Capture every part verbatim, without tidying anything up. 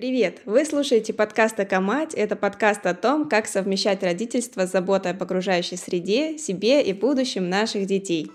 Привет! Вы слушаете подкаст «Эко-мать». Это подкаст о том, как совмещать родительство с заботой об окружающей среде, себе и будущем наших детей.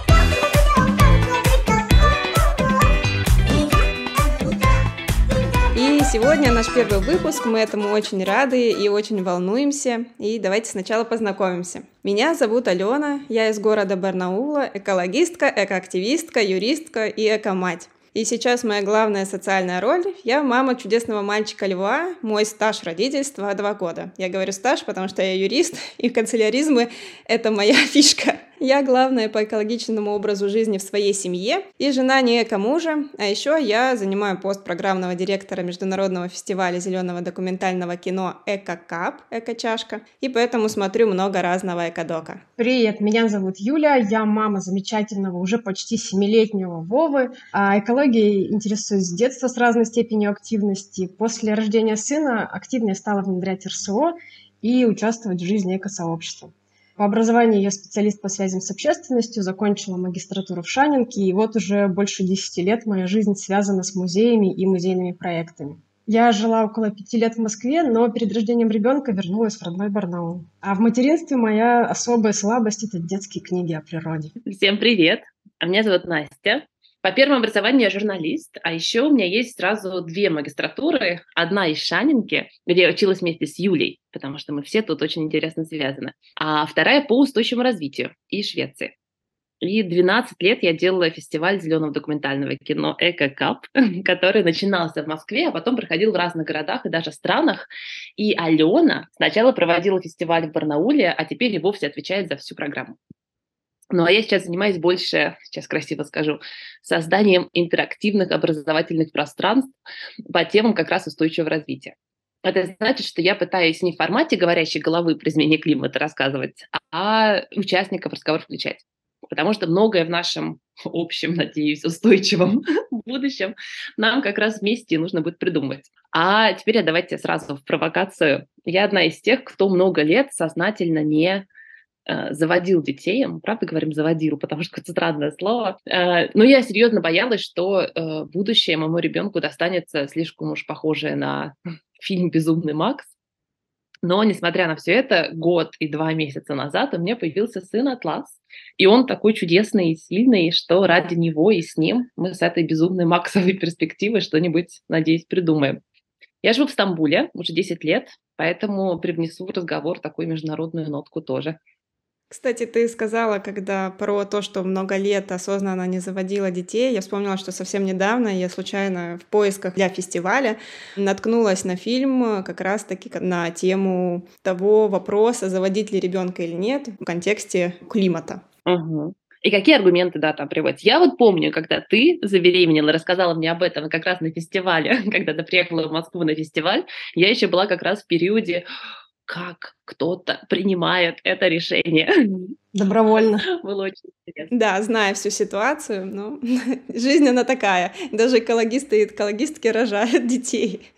И сегодня наш первый выпуск, мы этому очень рады и очень волнуемся. И давайте сначала познакомимся. Меня зовут Алена, я из города Барнаула, экологистка, экоактивистка, юристка и эко-мать. И сейчас моя главная социальная роль – я мама чудесного мальчика Льва, мой стаж родительства – два года. Я говорю стаж, потому что я юрист, и канцеляризмы – это моя фишка. Я главная по экологичному образу жизни в своей семье и жена не эко-мужа, а еще я занимаю пост программного директора Международного фестиваля зеленого документального кино «Эко-кап», «Эко-чашка», и поэтому смотрю много разного эко-дока. Привет, меня зовут Юля, я мама замечательного, уже почти семилетнего Вовы. А экологией интересуюсь с детства с разной степенью активности. После рождения сына активнее стала внедрять эр эс о и участвовать в жизни экосообщества. По образованию я специалист по связям с общественностью, закончила магистратуру в Шанинке, и вот уже больше десяти лет моя жизнь связана с музеями и музейными проектами. Я жила около пяти лет в Москве, но перед рождением ребенка вернулась в родной Барнаул. А в материнстве моя особая слабость – это детские книги о природе. Всем привет! Меня зовут Настя. По первому образованию я журналист, а еще у меня есть сразу две магистратуры. Одна из Шанинки, где я училась вместе с Юлей, потому что мы все тут очень интересно связаны. А вторая по устойчивому развитию из Швеции. И двенадцать лет я делала фестиваль зеленого документального кино «Эко-кап», который начинался в Москве, а потом проходил в разных городах и даже странах. И Алена сначала проводила фестиваль в Барнауле, а теперь и вовсе отвечает за всю программу. Ну, а я сейчас занимаюсь больше, сейчас красиво скажу, созданием интерактивных образовательных пространств по темам как раз устойчивого развития. Это значит, что я пытаюсь не в формате говорящей головы про изменение климата рассказывать, а участников разговор включать. Потому что многое в нашем общем, надеюсь, устойчивом будущем нам как раз вместе нужно будет придумать. А теперь давайте сразу в провокацию. Я одна из тех, кто много лет сознательно не заводил детей, мы правда говорим заводил, потому что это странное слово, но я серьезно боялась, что будущее моему ребенку достанется слишком уж похожее на фильм «Безумный Макс». Но, несмотря на все это, год и два месяца назад у меня появился сын Атлас, и он такой чудесный и сильный, что ради него и с ним мы с этой безумной Максовой перспективой что-нибудь, надеюсь, придумаем. Я живу в Стамбуле уже десять лет, поэтому привнесу в разговор такую международную нотку тоже. Кстати, ты сказала, когда про то, что много лет осознанно не заводила детей, я вспомнила, что совсем недавно я случайно в поисках для фестиваля наткнулась на фильм как раз-таки на тему того вопроса, заводить ли ребенка или нет в контексте климата. Угу. И какие аргументы, да, там приводят? Я вот помню, когда ты забеременела, рассказала мне об этом как раз на фестивале, когда ты приехала в Москву на фестиваль, я еще была как раз в периоде, как кто-то принимает это решение. Добровольно. Было очень интересно. Да, зная всю ситуацию, но жизнь она такая. Даже экологисты и экологистки рожают детей.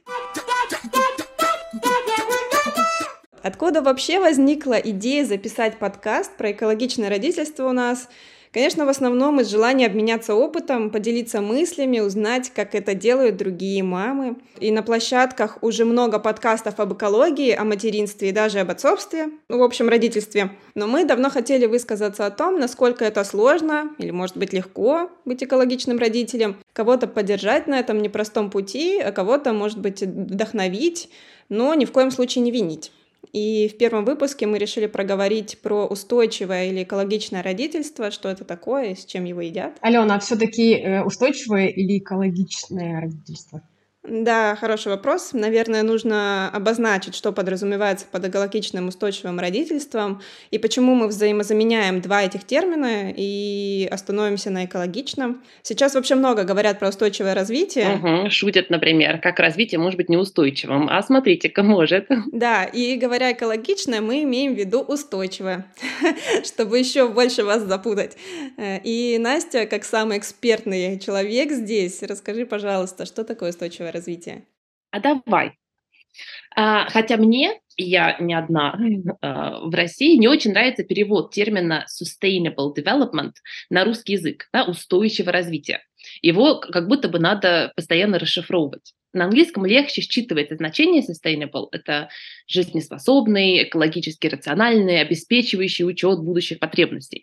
Откуда вообще возникла идея записать подкаст про экологичное родительство у нас? Конечно, в основном из желания обменяться опытом, поделиться мыслями, узнать, как это делают другие мамы. И на площадках уже много подкастов об экологии, о материнстве и даже об отцовстве, в общем, родительстве. Но мы давно хотели высказаться о том, насколько это сложно или, может быть, легко быть экологичным родителем, кого-то поддержать на этом непростом пути, а кого-то, может быть, вдохновить, но ни в коем случае не винить. И в первом выпуске мы решили проговорить про устойчивое или экологичное родительство, что это такое и с чем его едят. Алена, а все-таки устойчивое или экологичное родительство? Да, хороший вопрос. Наверное, нужно обозначить, что подразумевается под экологичным устойчивым родительством и почему мы взаимозаменяем два этих термина и остановимся на экологичном. Сейчас вообще много говорят про устойчивое развитие. Угу. Шутят, например, как развитие может быть неустойчивым, а смотрите-ка, может. Да, и говоря экологичное, мы имеем в виду устойчивое, чтобы еще больше вас запутать. И Настя, как самый экспертный человек здесь, расскажи, пожалуйста, что такое устойчивое развитие? А давай. А, хотя мне, и я не одна а, в России, не очень нравится перевод термина sustainable development на русский язык, да, устойчивое развитие. Его как будто бы надо постоянно расшифровывать. На английском легче считывается значение sustainable. Это жизнеспособный, экологически рациональный, обеспечивающий учет будущих потребностей.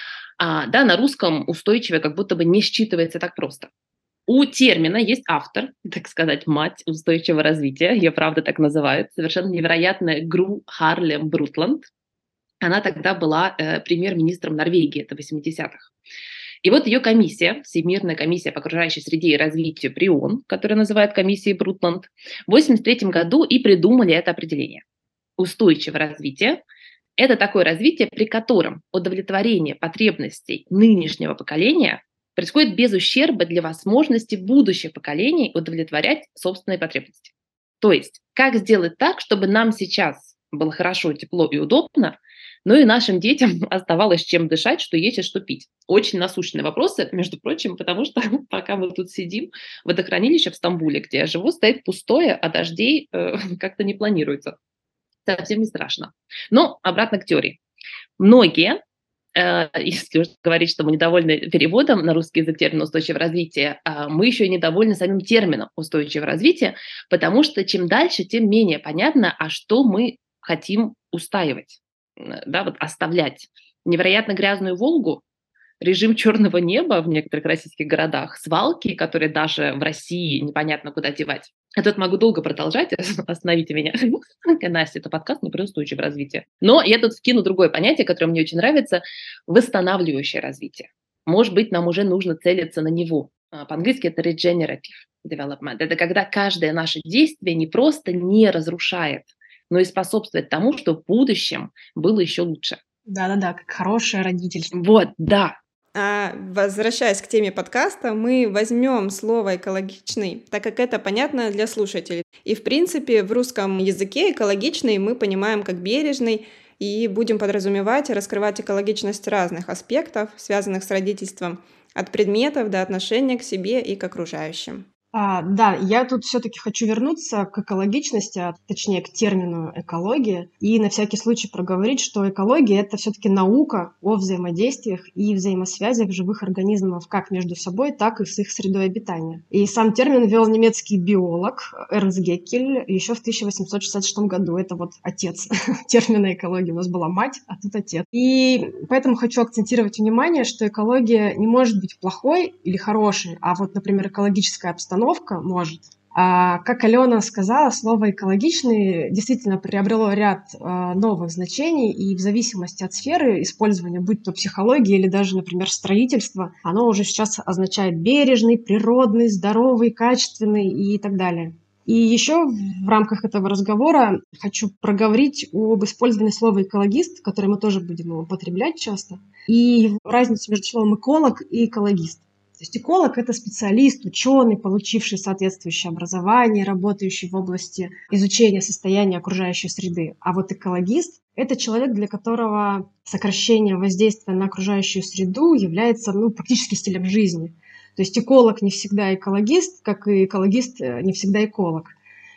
А, да, на русском устойчивое как будто бы не считывается так просто. У термина есть автор, так сказать, мать устойчивого развития, ее правда так называют, совершенно невероятная Гру Харлем Брутланд. Она тогда была э, премьер-министром Норвегии, это в восьмидесятых. И вот ее комиссия, Всемирная комиссия по окружающей среде и развитию при ООН, которая называют комиссией Брутланд, в восемьдесят третьем году и придумали это определение. Устойчивое развитие – это такое развитие, при котором удовлетворение потребностей нынешнего поколения происходит без ущерба для возможности будущих поколений удовлетворять собственные потребности. То есть, как сделать так, чтобы нам сейчас было хорошо, тепло и удобно, но и нашим детям оставалось чем дышать, что есть и что пить. Очень насущные вопросы, между прочим, потому что пока мы тут сидим, водохранилище в Стамбуле, где я живу, стоит пустое, а дождей э, как-то не планируется. Совсем не страшно. Но обратно к теории. Многие, э, если уж говорить, что мы недовольны переводом на русский язык термина «устойчивое развитие», э, мы еще и недовольны самим термином «устойчивое развитие», потому что чем дальше, тем менее понятно, а что мы хотим устаивать. Да, вот оставлять невероятно грязную Волгу, режим черного неба в некоторых российских городах, свалки, которые даже в России непонятно куда девать. Я тут могу долго продолжать, остановите меня. Настя, это подкаст не про устойчивое развитие. Но я тут вкину другое понятие, которое мне очень нравится – восстанавливающее развитие. Может быть, нам уже нужно целиться на него. По-английски это regenerative development. Это когда каждое наше действие не просто не разрушает, но и способствует тому, что в будущем было еще лучше. Да-да-да, как хорошее родительство. Вот, да. А возвращаясь к теме подкаста, мы возьмем слово «экологичный», так как это понятно для слушателей. И, в принципе, в русском языке «экологичный» мы понимаем как «бережный», и будем подразумевать и раскрывать экологичность разных аспектов, связанных с родительством, от предметов до отношения к себе и к окружающим. А, да, я тут все-таки хочу вернуться к экологичности, а точнее к термину экология, и на всякий случай проговорить, что экология — это все-таки наука о взаимодействиях и взаимосвязях живых организмов как между собой, так и с их средой обитания. И сам термин ввел немецкий биолог Эрнст Геккель еще в тысяча восемьсот шестьдесят шестом году. Это вот отец термина экологии. У нас была мать, а тут отец. И поэтому хочу акцентировать внимание, что экология не может быть плохой или хорошей, а вот, например, экологическая обстановка может. А, как Алена сказала, слово «экологичный» действительно приобрело ряд а, новых значений, и в зависимости от сферы использования, будь то психология или даже, например, строительство, оно уже сейчас означает бережный, природный, здоровый, качественный и так далее. И еще в рамках этого разговора хочу проговорить об использовании слова «экологист», которое мы тоже будем употреблять часто, и разницу между словом «эколог» и «экологист». То есть эколог – это специалист, ученый, получивший соответствующее образование, работающий в области изучения состояния окружающей среды. А вот экологист – это человек, для которого сокращение воздействия на окружающую среду является ну, практически стилем жизни. То есть эколог не всегда экологист, как и экологист не всегда эколог.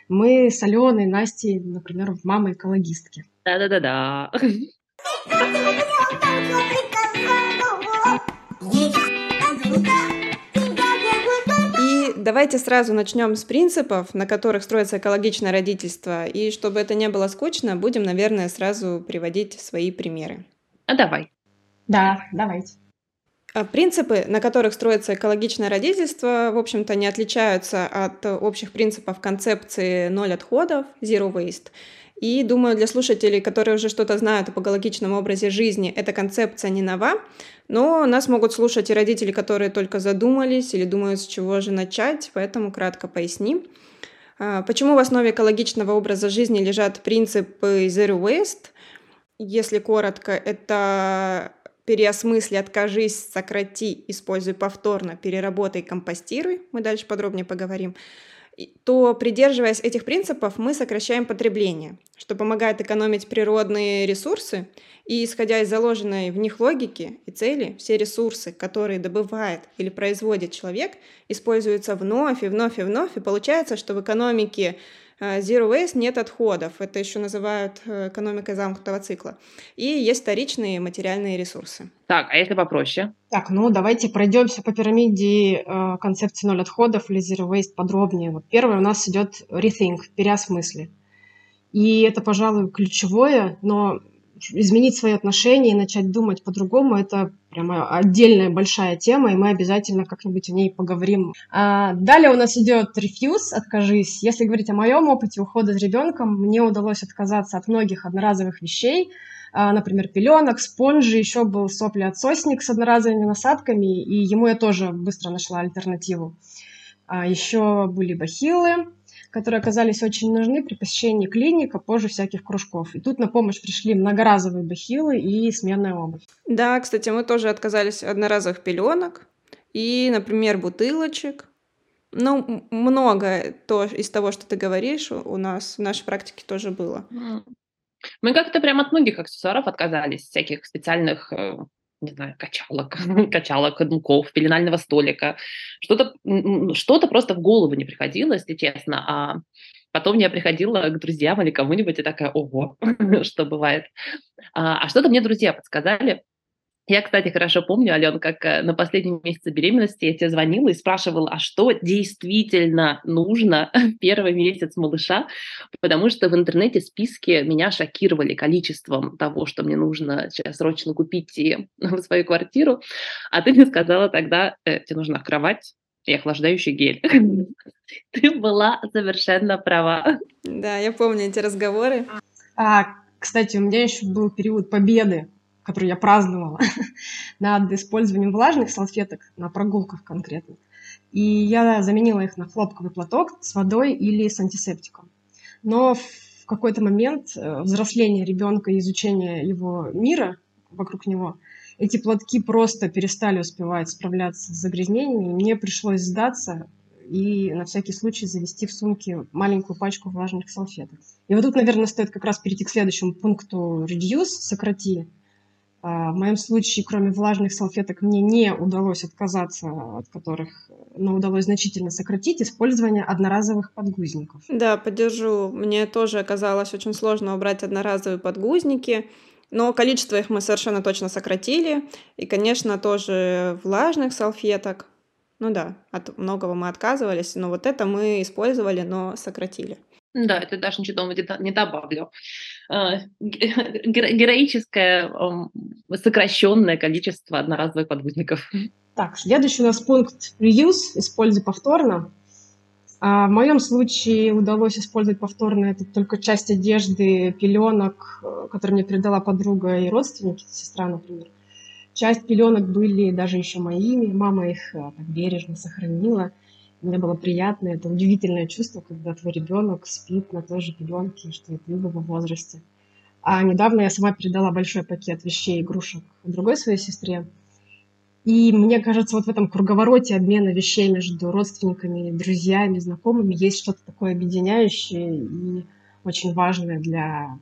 Мы с Аленой, Настей, например, мамы-экологистки. Да-да-да-да. Давайте сразу начнем с принципов, на которых строится экологичное родительство. И чтобы это не было скучно, будем, наверное, сразу приводить свои примеры. А давай. Да, давайте. Принципы, на которых строится экологичное родительство, в общем-то, не отличаются от общих принципов концепции «ноль отходов», «zero waste». И думаю, для слушателей, которые уже что-то знают об экологичном образе жизни, эта концепция не нова, но нас могут слушать и родители, которые только задумались или думают, с чего же начать, поэтому кратко поясним. Почему в основе экологичного образа жизни лежат принципы Zero Waste? Если коротко, это переосмысли, откажись, сократи, используй повторно, переработай, компостируй. Мы дальше подробнее поговорим. То, придерживаясь этих принципов, мы сокращаем потребление, что помогает экономить природные ресурсы, и, исходя из заложенной в них логики и цели, все ресурсы, которые добывает или производит человек, используются вновь и вновь и вновь, и получается, что в экономике э, Zero Waste — нет отходов. Это еще называют э, экономикой замкнутого цикла. И есть вторичные материальные ресурсы. Так, а если попроще? Так, ну давайте пройдемся по пирамиде э, концепции ноль отходов или Zero Waste подробнее. Вот первое у нас идет rethink, переосмысли. И это, пожалуй, ключевое, но изменить свои отношения и начать думать по-другому — это прямо отдельная большая тема, и мы обязательно как-нибудь о ней поговорим. А далее у нас идет refuse, откажись. Если говорить о моем опыте ухода с ребенком, мне удалось отказаться от многих одноразовых вещей, а, например, пеленок, спонжи, еще был сопли-отсосник с одноразовыми насадками, и ему я тоже быстро нашла альтернативу. А еще были бахилы, которые оказались очень нужны при посещении клиник, а позже всяких кружков. И тут на помощь пришли многоразовые бахилы и сменная обувь. Да, кстати, мы тоже отказались от одноразовых пеленок и, например, бутылочек. Ну, м- много то, из того, что ты говоришь, у у нас в нашей практике тоже было. М. Мы как-то прям от многих аксессуаров отказались, всяких специальных, э, не знаю, качалок, качалок, каблуков, пеленального столика. Что-то, м, м, что-то просто в голову не приходило, если честно. А потом я приходила к друзьям или кому-нибудь и такая, ого, что бывает. А, а что-то мне друзья подсказали. Я, кстати, хорошо помню, Ален, как э, на последнем месяце беременности я тебе звонила и спрашивала, а что действительно нужно в первый месяц малыша, потому что в интернете списки меня шокировали количеством того, что мне нужно сейчас срочно купить и в свою квартиру. А ты мне сказала тогда, э, тебе нужна кровать и охлаждающий гель. Ты была совершенно права. Да, я помню эти разговоры. А, кстати, у меня еще был период победы, который я праздновала над использованием влажных салфеток на прогулках конкретно. И я заменила их на хлопковый платок с водой или с антисептиком. Но в какой-то момент э, взросления ребенка и изучения его мира вокруг него, эти платки просто перестали успевать справляться с загрязнениями, и мне пришлось сдаться и на всякий случай завести в сумке маленькую пачку влажных салфеток. И вот тут, наверное, стоит как раз перейти к следующему пункту reduce, сократи. А, В моем случае, кроме влажных салфеток, мне не удалось отказаться от которых, но удалось значительно сократить использование одноразовых подгузников. Да, поддержу. Мне тоже оказалось очень сложно убрать одноразовые подгузники, но количество их мы совершенно точно сократили. И, конечно, тоже влажных салфеток. Ну да, от многого мы отказывались, но вот это мы использовали, но сократили. Да, это даже ничего не до- не добавлю. А, ге- геро- Героическое ам, сокращенное количество одноразовых подгузников. Так, следующий у нас пункт reuse, используй повторно. А в моем случае удалось использовать повторно это только часть одежды, пеленок, э, которые мне передала подруга и родственники, сестра, например. Часть пеленок были даже еще моими, мама их э, так бережно сохранила. Мне было приятно, это удивительное чувство, когда твой ребенок спит на той же пеленке, что и ты в его возрасте. А недавно я сама передала большой пакет вещей и игрушек другой своей сестре. И мне кажется, вот в этом круговороте обмена вещей между родственниками, друзьями, знакомыми есть что-то такое объединяющее и очень важное для,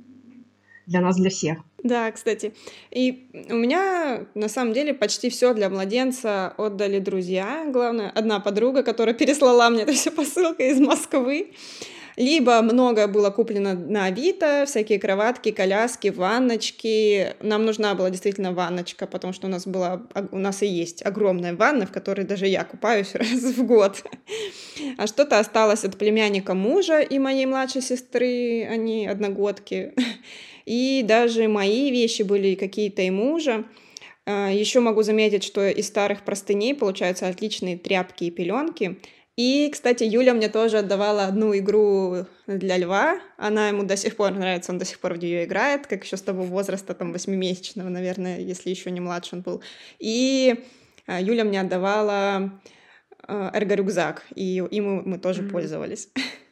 для нас, для всех. Да, кстати. И у меня на самом деле почти все для младенца отдали друзья. Главное, одна подруга, которая переслала мне это все посылкой из Москвы. Либо много было куплено на Авито, всякие кроватки, коляски, ванночки. Нам нужна была действительно ванночка, потому что у нас была, у нас и есть огромная ванна, в которой даже я купаюсь раз в год. А что-то осталось от племянника мужа и моей младшей сестры, они одногодки. И даже мои вещи были какие-то и мужа. Еще могу заметить, что из старых простыней получаются отличные тряпки и пеленки. И, кстати, Юля мне тоже отдавала одну игру для льва. Она ему до сих пор нравится, он до сих пор в нее играет, как еще с того возраста, там, восьмимесячного, наверное, если еще не младше он был. И а, Юля мне отдавала а, эрго-рюкзак, и им мы тоже Мгм. пользовались.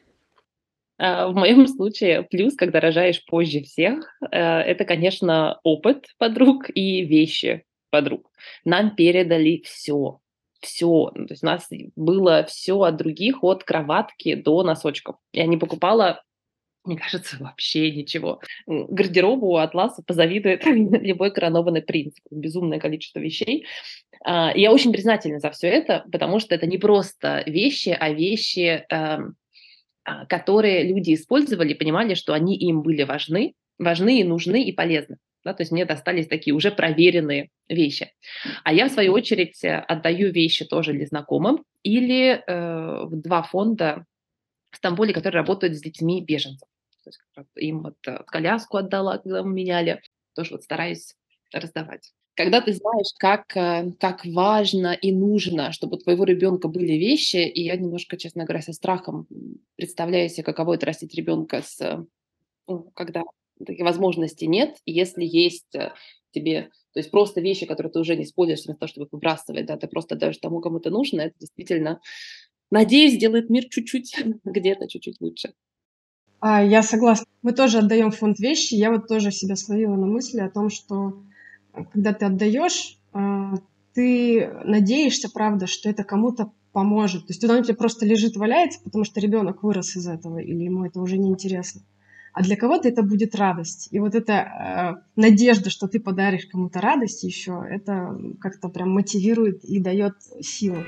А, В моем случае плюс, когда рожаешь позже всех, э, это, конечно, опыт подруг и вещи подруг. Нам передали все, все. То есть у нас было все от других, от кроватки до носочков. Я не покупала, мне кажется, вообще ничего. М, Гардеробу Атласа позавидует любой коронованный принц. Безумное количество вещей. А, и Я очень признательна за все это, потому что это не просто вещи, а вещи, эм, а, которые люди использовали, понимали, что они им были важны, важны и нужны и полезны. Да, то есть мне достались такие уже проверенные вещи. А я, в свою очередь, э, отдаю вещи тоже или знакомым, или э, в два фонда в Стамбуле, которые работают с детьми беженцев. То есть как раз им вот э, коляску отдала, когда мы меняли. Тоже вот стараюсь раздавать. Когда ты знаешь, как, э, как важно и нужно, чтобы у твоего ребенка были вещи, и я немножко, честно говоря, со страхом м, представляю себе, каково это растить ребенка, с, э, ну, когда таких возможностей нет, и если есть э, тебе, то есть просто вещи, которые ты уже не используешь вместо того, чтобы выбрасывать, да, ты просто даешь тому, кому это нужно, это действительно, надеюсь, сделает мир чуть-чуть, где-то чуть-чуть лучше. А, я согласна. Мы тоже отдаем в фонд вещи. Я вот тоже себя словила на мысли о том, что э, когда ты отдаешь, а, ты надеешься, правда, что это кому-то поможет. То есть оно у тебя просто лежит, валяется, потому что ребенок вырос из этого, или ему это уже неинтересно. А для кого-то это будет радость. И вот эта э, надежда, что ты подаришь кому-то радость еще, это как-то прям мотивирует и дает силу.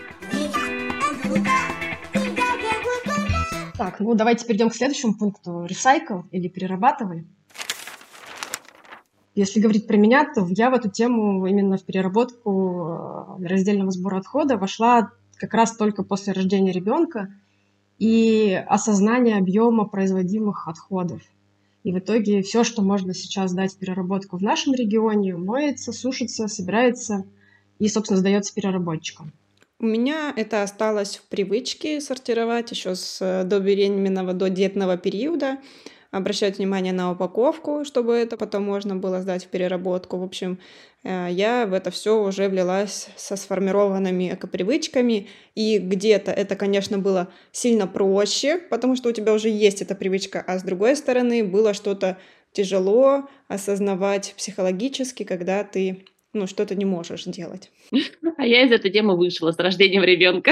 Так, ну давайте перейдем к следующему пункту. Recycle или перерабатывай. Если говорить про меня, то я в эту тему именно в переработку э, раздельного сбора отхода вошла как раз только после рождения ребенка и осознания объема производимых отходов. И в итоге все, что можно сейчас дать в переработку в нашем регионе, моется, сушится, собирается и, собственно, сдается переработчикам. У меня это осталось в привычке сортировать еще с э, добеременного, додетного периода, обращать внимание на упаковку, чтобы это потом можно было сдать в переработку. В общем, э, я в это все уже влилась со сформированными экопривычками, и где-то это, конечно, было сильно проще, потому что у тебя уже есть эта привычка, а с другой стороны было что-то тяжело осознавать психологически, когда ты ну, что-то не можешь делать. А я из этой темы вышла с рождением ребенка.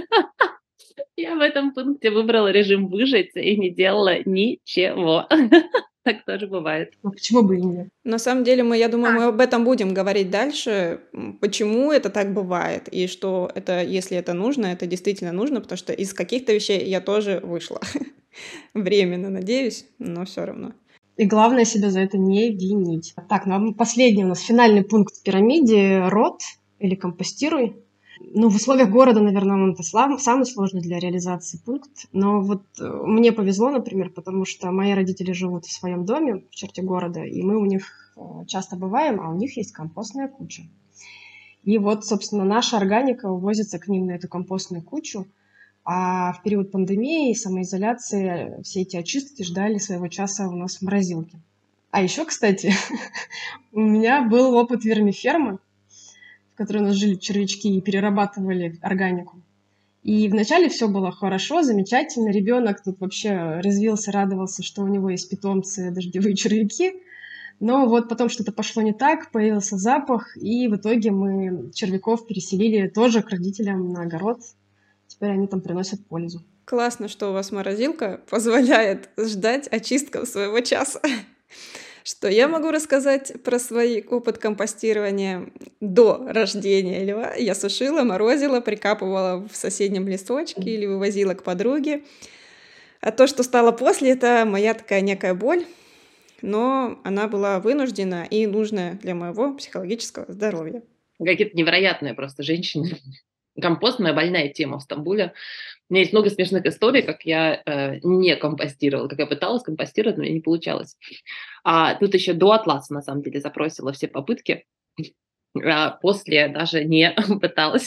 Я в этом пункте выбрала режим выжить и не делала ничего. Так тоже бывает. Ну, почему бы и нет? На самом деле, мы, я думаю, А. мы об этом будем говорить дальше, м, почему это так бывает, и что это, если это нужно, это действительно нужно, потому что из каких-то вещей я тоже вышла. Временно, надеюсь, но все равно. И главное себя за это не винить. Так, ну а последний у нас финальный пункт в пирамиде – род или компостируй. Ну, в условиях города, наверное, он это слав- самый сложный для реализации пункт. Но вот э, мне повезло, например, потому что мои родители живут в своем доме в черте города, и мы у них э, часто бываем, а у них есть компостная куча. И вот, собственно, наша органика увозится к ним на эту компостную кучу, а в период пандемии и самоизоляции все эти очистки ждали своего часа у нас в морозилке. А еще, кстати, у меня был опыт вермифермы, в которой у нас жили червячки и перерабатывали органику. И вначале все было хорошо, замечательно. Ребенок тут вообще резвился, радовался, что у него есть питомцы, дождевые червяки. Но вот потом что-то пошло не так, появился запах, и в итоге мы червяков переселили тоже к родителям на огород. Теперь они там приносят пользу. Классно, что у вас морозилка позволяет ждать очистку своего часа. Что я могу рассказать про свой опыт компостирования до рождения льва? Я сушила, морозила, прикапывала в соседнем лесочке или вывозила к подруге. А то, что стало после, это моя такая некая боль, но она была вынуждена и нужная для моего психологического здоровья. Какие-то невероятные просто женщины. Компост – моя больная тема в Стамбуле. У меня есть много смешных историй, как я э, не компостировала, как я пыталась компостировать, но у меня не получалось. А тут еще до Атласа, на самом деле, забросила все попытки. А после даже не пыталась.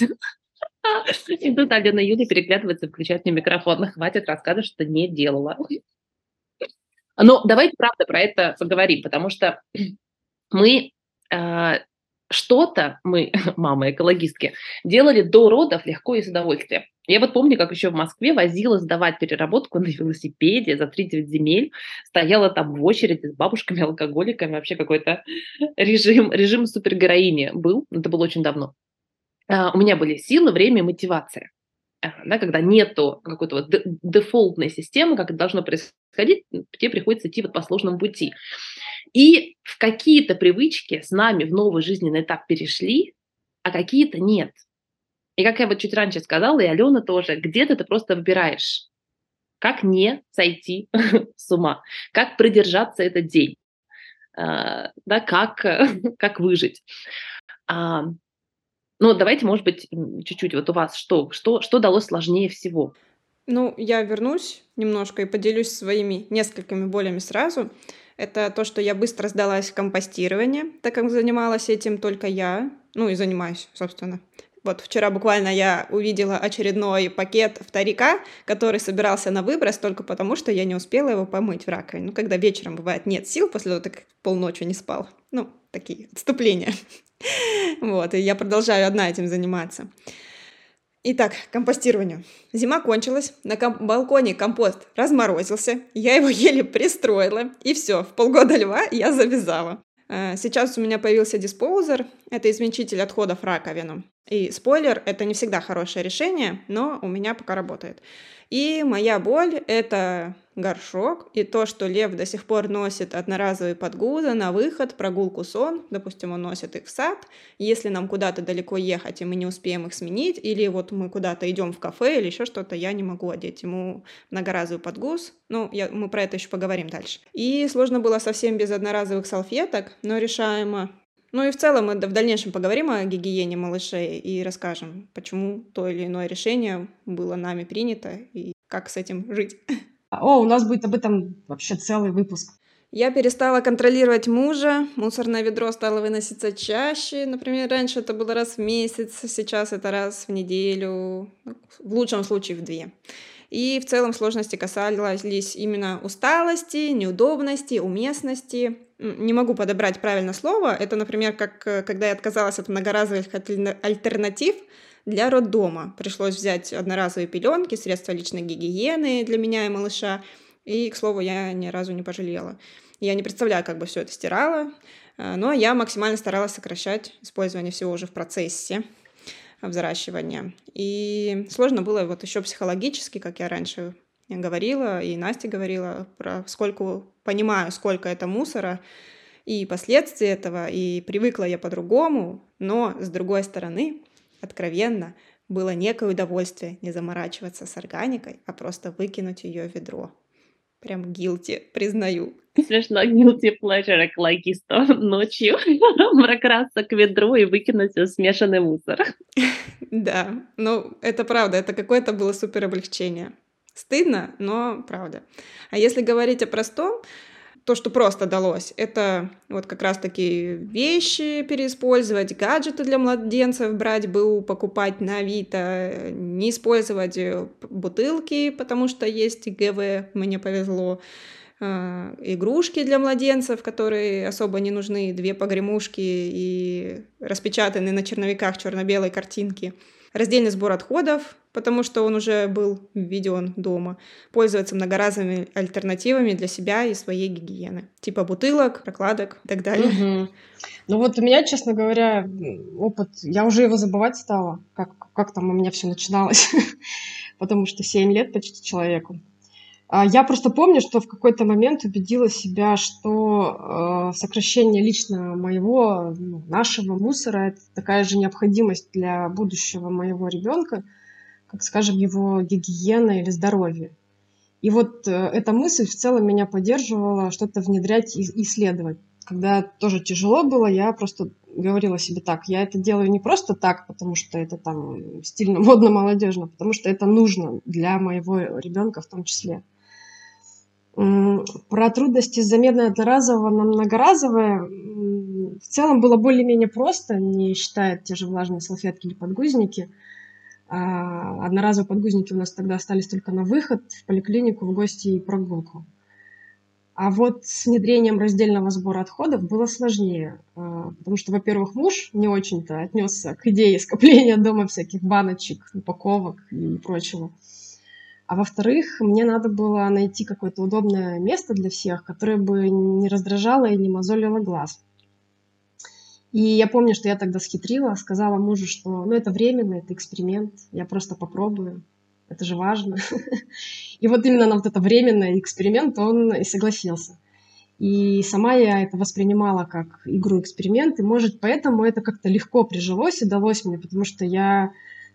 И тут Алена и Юля переглядываются, включают мне микрофон. Хватит рассказывать, что не делала. Но давайте, правда, про это поговорим, потому что мы... э, что-то мы, мамы, экологистки, делали до родов легко и с удовольствием. Я вот помню, как еще в Москве возила сдавать переработку на велосипеде за тридцать земель, стояла там в очереди с бабушками-алкоголиками, вообще какой-то режим, режим супергероини был, это было очень давно. А, у меня были силы, время и мотивация. А, да, когда нету какой-то вот де- дефолтной системы, как это должно происходить, тебе приходится идти вот по сложному пути. И в какие-то привычки с нами в новый жизненный этап перешли, а какие-то нет. И как я вот чуть раньше сказала, и Алена тоже, где-то ты просто выбираешь. как не сойти с ума, как продержаться этот день, а, да, как, как выжить. А, ну, давайте, может быть, м, чуть-чуть вот у вас что, что, что далось сложнее всего? Ну, я вернусь немножко и поделюсь своими несколькими болями сразу. Это то, что я быстро сдалась в компостирование, так как занималась этим только я, ну и занимаюсь, собственно. Вот вчера буквально я увидела очередной пакет вторика, который собирался на выброс только потому, что я не успела его помыть в раковине. Ну, когда вечером, бывает, нет сил после того, как полночи не спал. Ну, такие отступления. Вот, и я продолжаю одна этим заниматься. Итак, к компостированию. Зима кончилась, на ком- балконе компост разморозился, я его еле пристроила, и все, в полгода льва я завязала. А, Сейчас у меня появился диспоузер, это измельчитель отходов в раковину. И спойлер, это не всегда хорошее решение, но у меня пока работает. И моя боль — это горшок, и то, что Лев до сих пор носит одноразовые подгузы на выход, прогулку, сон, допустим, он носит их в сад, если нам куда-то далеко ехать, и мы не успеем их сменить, или вот мы куда-то идем в кафе или еще что-то, я не могу одеть ему многоразовый подгуз. Ну, я, мы про это еще поговорим дальше. И сложно было совсем без одноразовых салфеток, но решаемо. Ну и в целом мы в дальнейшем поговорим о гигиене малышей и расскажем, почему то или иное решение было нами принято и как с этим жить. О, у нас будет об этом вообще целый выпуск. Я перестала контролировать мужа, мусорное ведро стало выноситься чаще. Например, раньше это было раз в месяц, сейчас это раз в неделю, в лучшем случае в две. И в целом сложности касались именно усталости, неудобности, уместности. Не могу подобрать правильное слово. Это, например, как когда я отказалась от многоразовых альтернатив для роддома. Пришлось взять одноразовые пеленки, средства личной гигиены для меня и малыша. И, к слову, я ни разу не пожалела. Я не представляю, как бы все это стирала, но я максимально старалась сокращать использование всего уже в процессе взращивания. И сложно было вот еще психологически, как я раньше говорила, и Настя говорила, про сколько понимаю, сколько это мусора, и последствия этого, и привыкла я по-другому, но, с другой стороны, откровенно, было некое удовольствие не заморачиваться с органикой, а просто выкинуть ее в ведро. Прям guilty, признаю. Смешно, guilty pleasure экологиста ночью прокрасться к ведру и выкинуть смешанный мусор. Да, ну это правда, это какое-то было супер облегчение. Стыдно, но правда. А если говорить о простом, то, что просто далось, это вот как раз-таки вещи переиспользовать, гаджеты для младенцев брать, БУ покупать на Авито, не использовать бутылки, потому что есть ГВ, мне повезло, игрушки для младенцев, которые особо не нужны, две погремушки и распечатанные на черновиках черно-белой картинки. Раздельный сбор отходов, потому что он уже был введен дома. Пользоваться многоразовыми альтернативами для себя и своей гигиены. Типа бутылок, прокладок и так далее. Угу. Ну вот у меня, честно говоря, опыт, я уже его забывать стала, как, как там у меня все начиналось, потому что семь лет почти человеку. Я просто помню, что в какой-то момент убедила себя, что э, сокращение лично моего, ну, нашего мусора — это такая же необходимость для будущего моего ребенка, как, скажем, его гигиена или здоровье. И вот э, эта мысль в целом меня поддерживала что-то внедрять и исследовать. Когда тоже тяжело было, я просто говорила себе так: я это делаю не просто так, потому что это там стильно, модно, молодежно, потому что это нужно для моего ребенка в том числе. Про трудности с заменой одноразового на многоразовое в целом было более-менее просто, не считая те же влажные салфетки или подгузники. Одноразовые подгузники у нас тогда остались только на выход в поликлинику, в гости и прогулку. А вот с внедрением раздельного сбора отходов было сложнее, потому что, во-первых, муж не очень-то отнесся к идее скопления дома всяких баночек, упаковок и прочего. А во-вторых, мне надо было найти какое-то удобное место для всех, которое бы не раздражало и не мозолило глаз. И я помню, что я тогда схитрила, сказала мужу, что ну, это временно, это эксперимент, я просто попробую, это же важно. И вот именно на вот это временный эксперимент он и согласился. И сама я это воспринимала как игру-эксперимент, и, может, поэтому это как-то легко прижилось и далось мне, потому что я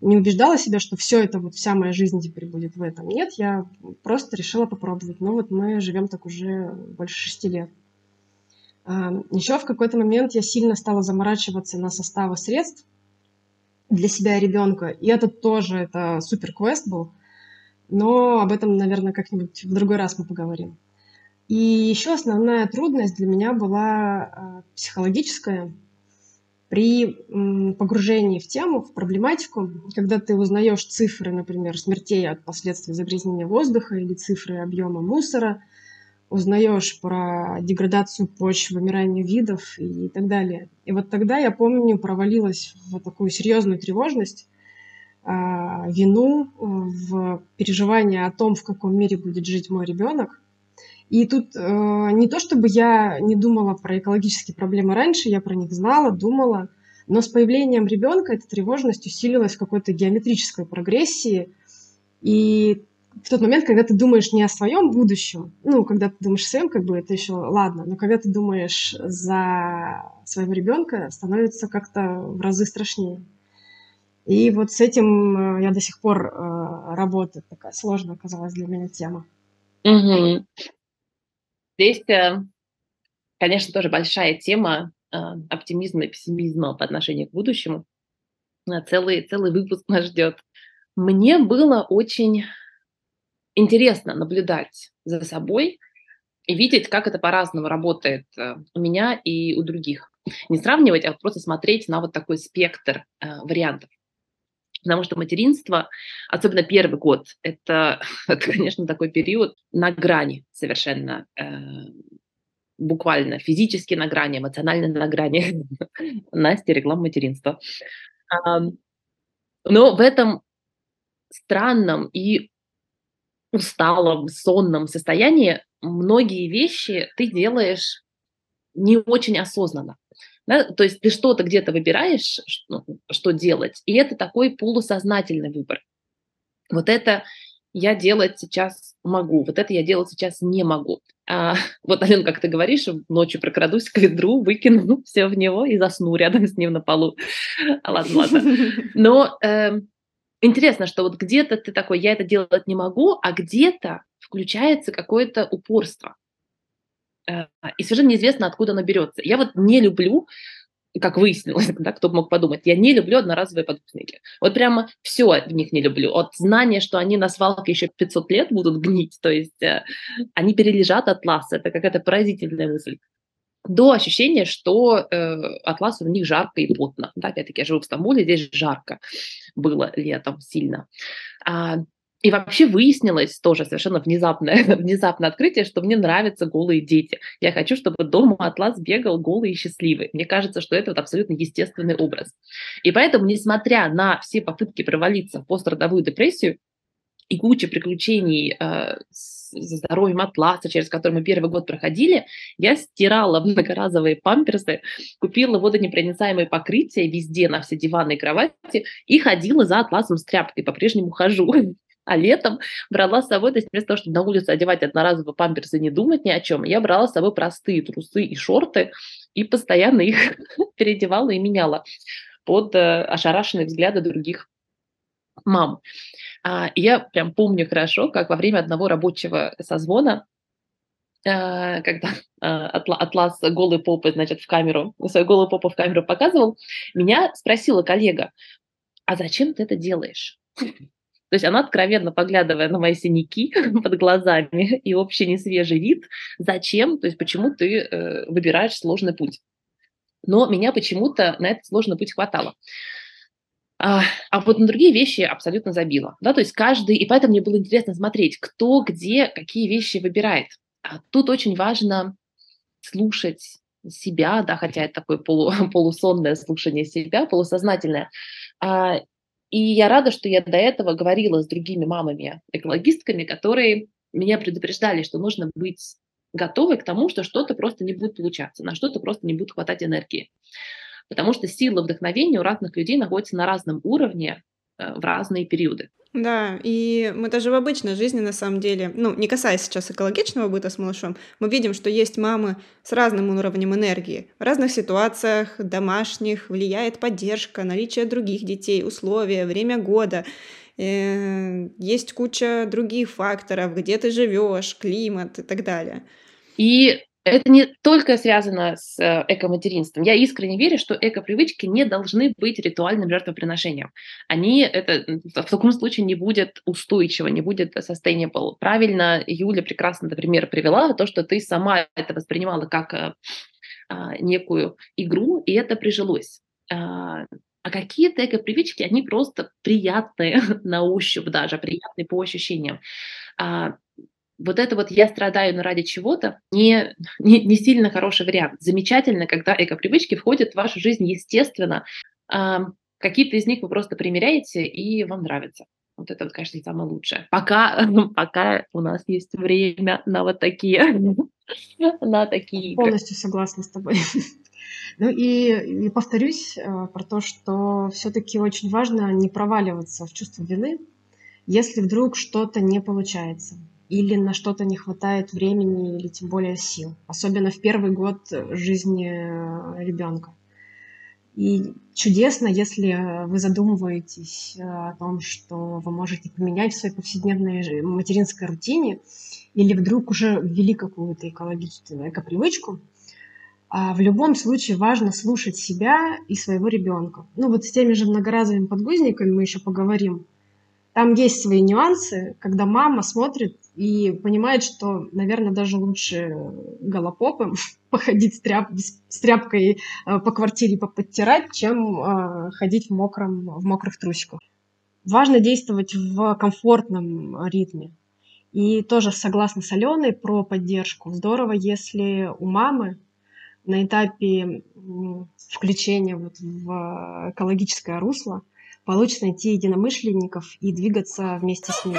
не убеждала себя, что все это, вот вся моя жизнь теперь будет в этом. Нет, я просто решила попробовать. Ну вот мы живем так уже больше шести лет. Еще в какой-то момент я сильно стала заморачиваться на составы средств для себя и ребенка. И это тоже, это супер квест был. Но об этом, наверное, как-нибудь в другой раз мы поговорим. И еще основная трудность для меня была психологическая. При погружении в тему, в проблематику, когда ты узнаешь цифры, например, смертей от последствий загрязнения воздуха или цифры объема мусора, узнаешь про деградацию почв, вымирание видов и так далее. И вот тогда, я помню, провалилась в такую серьезную тревожность, вину, в переживание о том, в каком мире будет жить мой ребенок. И тут э, не то, чтобы я не думала про экологические проблемы раньше, я про них знала, думала, но с появлением ребенка эта тревожность усилилась в какой-то геометрической прогрессии. И в тот момент, когда ты думаешь не о своем будущем, ну, когда ты думаешь о своем, как бы это еще ладно, но когда ты думаешь за своего ребенка, становится как-то в разы страшнее. И вот с этим я до сих пор э, работаю. Такая сложная оказалась для меня тема. Угу. Здесь, конечно, тоже большая тема э, оптимизма и пессимизма по отношению к будущему. Целый, целый выпуск нас ждет. Мне было очень интересно наблюдать за собой и видеть, как это по-разному работает э, у меня и у других. Не сравнивать, а просто смотреть на вот такой спектр э, вариантов. Потому что материнство, особенно первый год, это, это конечно, такой период на грани совершенно. Э, буквально физически на грани, эмоционально на грани. Настя, реклама материнства. Но в этом странном и усталом, сонном состоянии многие вещи ты делаешь не очень осознанно. Да? То есть ты что-то где-то выбираешь, что, что делать, и это такой полусознательный выбор. Вот это я делать сейчас могу, вот это я делать сейчас не могу. А, вот, Ален, как ты говоришь, ночью прокрадусь к ведру, выкину все в него и засну рядом с ним на полу. Ладно, ладно. Но э, интересно, что вот где-то ты такой, я это делать не могу, а где-то включается какое-то упорство. Э, и совершенно неизвестно, откуда оно берется. Я вот не люблю, как выяснилось, да, кто бы мог подумать, я не люблю одноразовые подгузники. Вот прямо все в них не люблю. От знания, что они на свалке еще пятьсот лет будут гнить, то есть э, они перележат атлас, это какая-то поразительная мысль, до ощущения, что э, атлас у них жарко и потно. Да, опять-таки, я живу в Стамбуле, здесь жарко было летом сильно. А, И вообще выяснилось тоже совершенно внезапное, внезапное открытие, что мне нравятся голые дети. Я хочу, чтобы дома атлас бегал голый и счастливый. Мне кажется, что это вот абсолютно естественный образ. И поэтому, несмотря на все попытки провалиться в пострадовую депрессию и кучу приключений э, с здоровьем атласа, через который мы первый год проходили, я стирала многоразовые памперсы, купила водонепроницаемые покрытия везде, на все диваны и кровати, и ходила за атласом с тряпкой, по-прежнему хожу. А летом брала с собой, то есть вместо того, чтобы на улице одевать одноразовые памперсы и не думать ни о чем, я брала с собой простые трусы и шорты и постоянно их переодевала и меняла под э, ошарашенные взгляды других мам. А, и я прям помню хорошо, как во время одного рабочего созвона, э, когда э, атла, атлас голой попы, значит, в камеру, свою голую попу в камеру показывал, меня спросила коллега, а зачем ты это делаешь? То есть она, откровенно поглядывая на мои синяки под глазами и общий несвежий вид, зачем, то есть почему ты э, выбираешь сложный путь. Но меня почему-то на этот сложный путь хватало. А, а вот на другие вещи абсолютно забила. Да? То есть каждый, и поэтому мне было интересно смотреть, кто где какие вещи выбирает. А тут очень важно слушать себя, да, хотя это такое полу, полусонное слушание себя, полусознательное. А, И я рада, что я до этого говорила с другими мамами-экологистками, которые меня предупреждали, что нужно быть готовой к тому, что что-то просто не будет получаться, на что-то просто не будет хватать энергии. Потому что сила вдохновения у разных людей находится на разном уровне э, в разные периоды. Да, и мы даже в обычной жизни, на самом деле, ну, не касаясь сейчас экологичного быта с малышом, мы видим, что есть мамы с разным уровнем энергии. В разных ситуациях домашних влияет поддержка, наличие других детей, условия, время года. Э, Есть куча других факторов, где ты живешь, климат и так далее. И это не только связано с э, экоматеринством. Я искренне верю, что эко-привычки не должны быть ритуальным жертвоприношением. Они, это м, в таком случае не будет устойчиво, не будет sustainable. Правильно Юля прекрасно, например, привела то, что ты сама это воспринимала как э, а, некую игру, и это прижилось. А а какие-то эко-привычки, они просто приятные на ощупь даже, приятные по ощущениям. А, вот это вот «я страдаю, но ради чего-то» не, не, не сильно хороший вариант. Замечательно, когда эко-привычки входят в вашу жизнь естественно. А, какие-то из них вы просто примеряете, и вам нравится. Вот это, вот, конечно, самое лучшее. Пока, пока у нас есть время на вот такие, на такие игры. Полностью согласна с тобой. Ну и, и повторюсь э, про то, что все-таки очень важно не проваливаться в чувство вины, если вдруг что-то не получается или на что-то не хватает времени или тем более сил, особенно в первый год жизни ребенка. И чудесно, если вы задумываетесь э, о том, что вы можете поменять в своей повседневной жи- материнской рутине, или вдруг уже ввели какую-то экологическую эко-привычку. А в любом случае важно слушать себя и своего ребенка. Ну вот с теми же многоразовыми подгузниками мы еще поговорим. Там есть свои нюансы, когда мама смотрит и понимает, что, наверное, даже лучше голопопом походить с, тряп, с тряпкой э, по квартире поподтирать, чем э, ходить в, мокром, в мокрых трусиках. Важно действовать в комфортном ритме. И тоже согласна с Аленой про поддержку. Здорово, если у мамы на этапе м, включения вот в экологическое русло получится найти единомышленников и двигаться вместе с ними.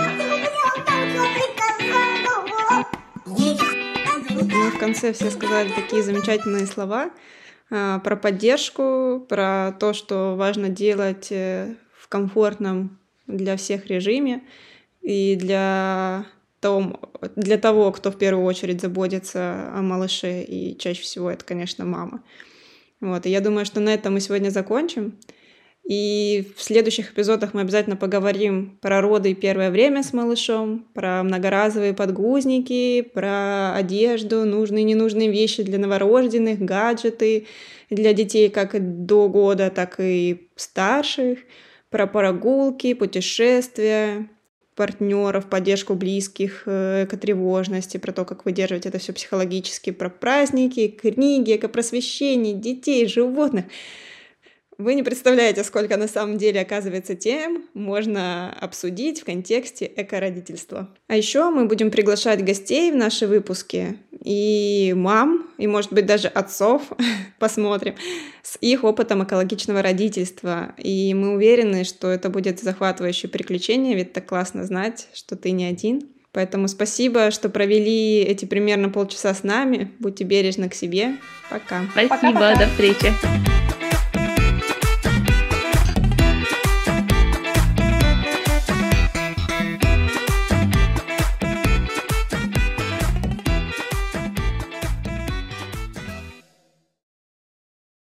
Мы в конце все сказали такие замечательные слова а, про поддержку, про то, что важно делать э, в комфортном для всех режиме и для того, для того, кто в первую очередь заботится о малыше, и чаще всего это, конечно, мама. Вот, и я думаю, что на этом мы сегодня закончим. И в следующих эпизодах мы обязательно поговорим про роды и первое время с малышом, про многоразовые подгузники, про одежду, нужные и ненужные вещи для новорожденных, гаджеты для детей как и до года, так и старших, про прогулки, путешествия, партнеров, поддержку близких, экотревожности, про то, как выдерживать это все психологически, про праздники, книги, экопросвещение, детей, животных. Вы не представляете, сколько на самом деле, оказывается, тем можно обсудить в контексте эко-родительства. А еще мы будем приглашать гостей в наши выпуски, и мам, и, может быть, даже отцов, посмотрим, с их опытом экологичного родительства. И мы уверены, что это будет захватывающее приключение, ведь так классно знать, что ты не один. Поэтому спасибо, что провели эти примерно полчаса с нами. Будьте бережны к себе. Пока. Спасибо, Пока-пока. до встречи.